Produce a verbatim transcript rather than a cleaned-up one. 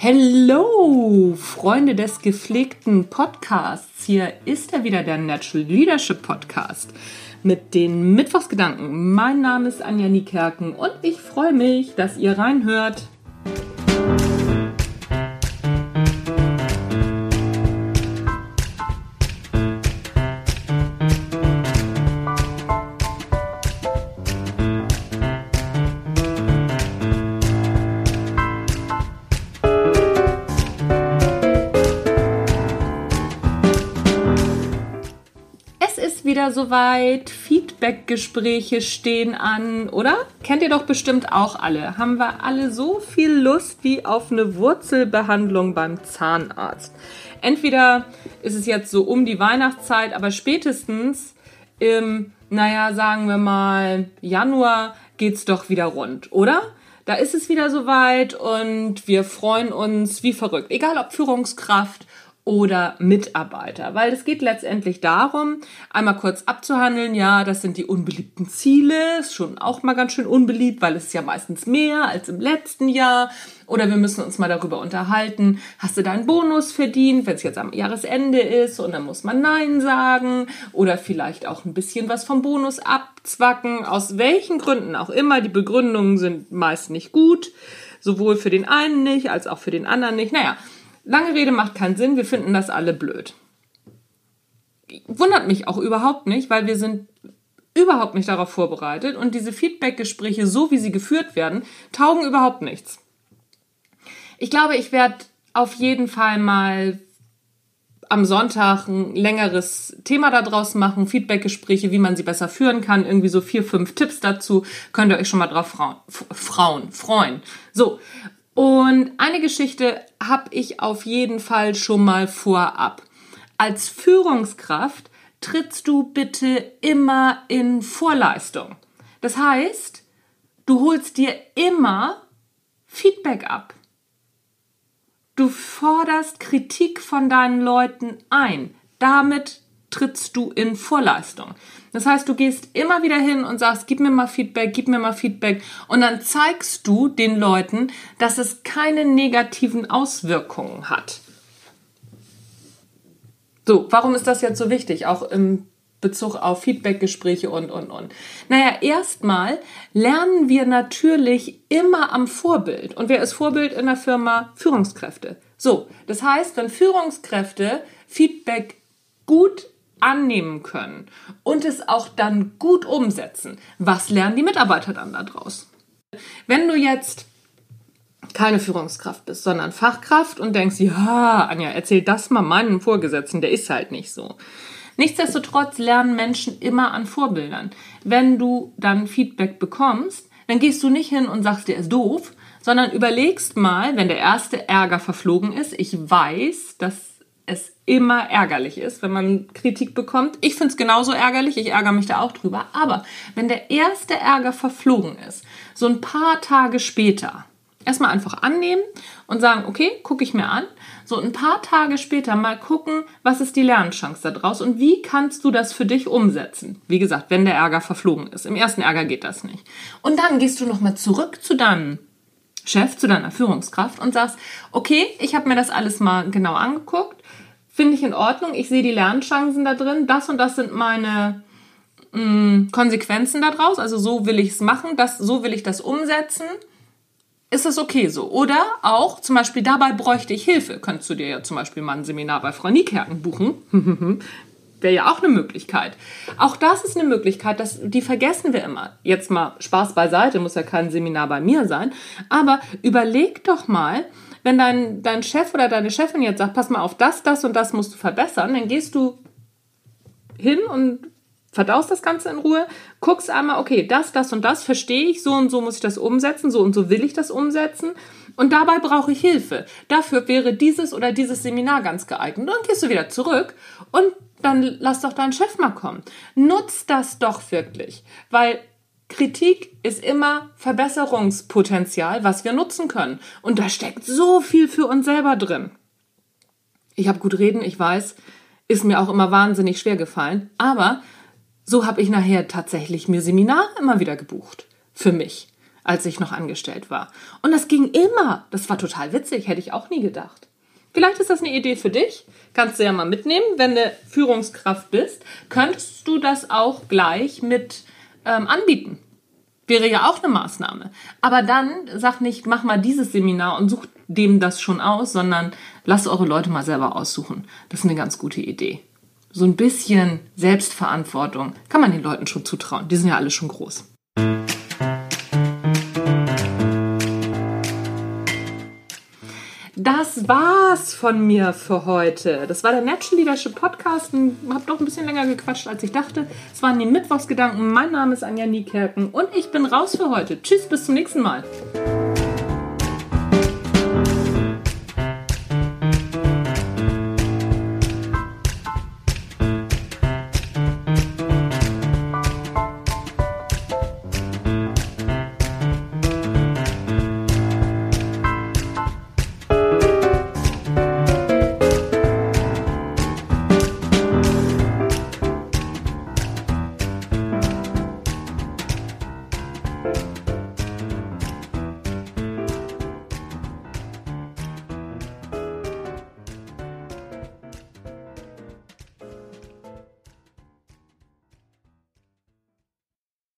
Hello, Freunde des gepflegten Podcasts. Hier ist er wieder, der Natural Leadership Podcast mit den Mittwochsgedanken. Mein Name ist Anja Niekerken und ich freue mich, dass ihr reinhört. Wieder soweit, Feedback-Gespräche stehen an, oder? Kennt ihr doch bestimmt auch alle. Haben wir alle so viel Lust wie auf eine Wurzelbehandlung beim Zahnarzt. Entweder ist es jetzt so um die Weihnachtszeit, aber spätestens im, naja, sagen wir mal, Januar geht's doch wieder rund, oder? Da ist es wieder soweit und wir freuen uns wie verrückt. Egal ob Führungskraft oder Mitarbeiter, weil es geht letztendlich darum, einmal kurz abzuhandeln, ja, das sind die unbeliebten Ziele, ist schon auch mal ganz schön unbeliebt, weil es ist ja meistens mehr als im letzten Jahr, oder wir müssen uns mal darüber unterhalten, hast du deinen Bonus verdient, wenn es jetzt am Jahresende ist und dann muss man Nein sagen oder vielleicht auch ein bisschen was vom Bonus abzwacken, aus welchen Gründen auch immer, die Begründungen sind meist nicht gut, sowohl für den einen nicht, als auch für den anderen nicht, naja, lange Rede macht keinen Sinn, wir finden das alle blöd. Wundert mich auch überhaupt nicht, weil wir sind überhaupt nicht darauf vorbereitet und diese Feedback-Gespräche, so wie sie geführt werden, taugen überhaupt nichts. Ich glaube, ich werde auf jeden Fall mal am Sonntag ein längeres Thema daraus machen, Feedback-Gespräche, wie man sie besser führen kann, irgendwie so vier, fünf Tipps dazu, könnt ihr euch schon mal drauf frauen, Frauen freuen. So. Und eine Geschichte habe ich auf jeden Fall schon mal vorab. Als Führungskraft trittst du bitte immer in Vorleistung. Das heißt, du holst dir immer Feedback ab. Du forderst Kritik von deinen Leuten ein. Damit trittst du in Vorleistung. Das heißt, du gehst immer wieder hin und sagst, gib mir mal Feedback, gib mir mal Feedback. Und dann zeigst du den Leuten, dass es keine negativen Auswirkungen hat. So, warum ist das jetzt so wichtig? Auch im Bezug auf Feedbackgespräche und, und, und. Naja, erstmal lernen wir natürlich immer am Vorbild. Und wer ist Vorbild in der Firma? Führungskräfte. So, das heißt, wenn Führungskräfte Feedback gut annehmen können und es auch dann gut umsetzen, was lernen die Mitarbeiter dann daraus? Wenn du jetzt keine Führungskraft bist, sondern Fachkraft und denkst, ja, Anja, erzähl das mal meinem Vorgesetzten, der ist halt nicht so. Nichtsdestotrotz lernen Menschen immer an Vorbildern. Wenn du dann Feedback bekommst, dann gehst du nicht hin und sagst, der ist doof, sondern überlegst mal, wenn der erste Ärger verflogen ist, ich weiß, dass es immer ärgerlich ist, wenn man Kritik bekommt. Ich finde es genauso ärgerlich, ich ärgere mich da auch drüber. Aber wenn der erste Ärger verflogen ist, so ein paar Tage später, erstmal einfach annehmen und sagen, okay, gucke ich mir an. So ein paar Tage später mal gucken, was ist die Lernchance daraus und wie kannst du das für dich umsetzen? Wie gesagt, wenn der Ärger verflogen ist. Im ersten Ärger geht das nicht. Und dann gehst du nochmal zurück zu deinem Chef, zu deiner Führungskraft und sagst, okay, ich habe mir das alles mal genau angeguckt, finde ich in Ordnung, ich sehe die Lernchancen da drin, das und das sind meine mh, Konsequenzen daraus, also so will ich es machen, das, so will ich das umsetzen. Ist das okay so? Oder auch zum Beispiel dabei bräuchte ich Hilfe. Könntest du dir ja zum Beispiel mal ein Seminar bei Frau Niekerken buchen. Wäre ja auch eine Möglichkeit. Auch das ist eine Möglichkeit, das, die vergessen wir immer. Jetzt mal Spaß beiseite, muss ja kein Seminar bei mir sein. Aber überleg doch mal, wenn dein, dein Chef oder deine Chefin jetzt sagt, pass mal auf, das, das und das musst du verbessern, dann gehst du hin und verdaust das Ganze in Ruhe, guckst einmal, okay, das, das und das verstehe ich, so und so muss ich das umsetzen, so und so will ich das umsetzen und dabei brauche ich Hilfe. Dafür wäre dieses oder dieses Seminar ganz geeignet. Und dann gehst du wieder zurück und dann lass doch deinen Chef mal kommen. Nutz das doch wirklich, weil Kritik ist immer Verbesserungspotenzial, was wir nutzen können. Und da steckt so viel für uns selber drin. Ich habe gut reden, ich weiß, ist mir auch immer wahnsinnig schwer gefallen, aber so habe ich nachher tatsächlich mir Seminare immer wieder gebucht. Für mich. als ich noch angestellt war. Und das ging immer. Das war total witzig, hätte ich auch nie gedacht. Vielleicht ist das eine Idee für dich. Kannst du ja mal mitnehmen. Wenn du Führungskraft bist, könntest du das auch gleich mit ähm, anbieten. Wäre ja auch eine Maßnahme. Aber dann sag nicht, mach mal dieses Seminar und such dem das schon aus, sondern lasst eure Leute mal selber aussuchen. Das ist eine ganz gute Idee. So ein bisschen Selbstverantwortung kann man den Leuten schon zutrauen. Die sind ja alle schon groß. Das war's von mir für heute. Das war der Natural Leadership Podcast. Ich habe doch ein bisschen länger gequatscht, als ich dachte. Es waren die Mittwochsgedanken. Mein Name ist Anja Niekerken und ich bin raus für heute. Tschüss, bis zum nächsten Mal. Bye.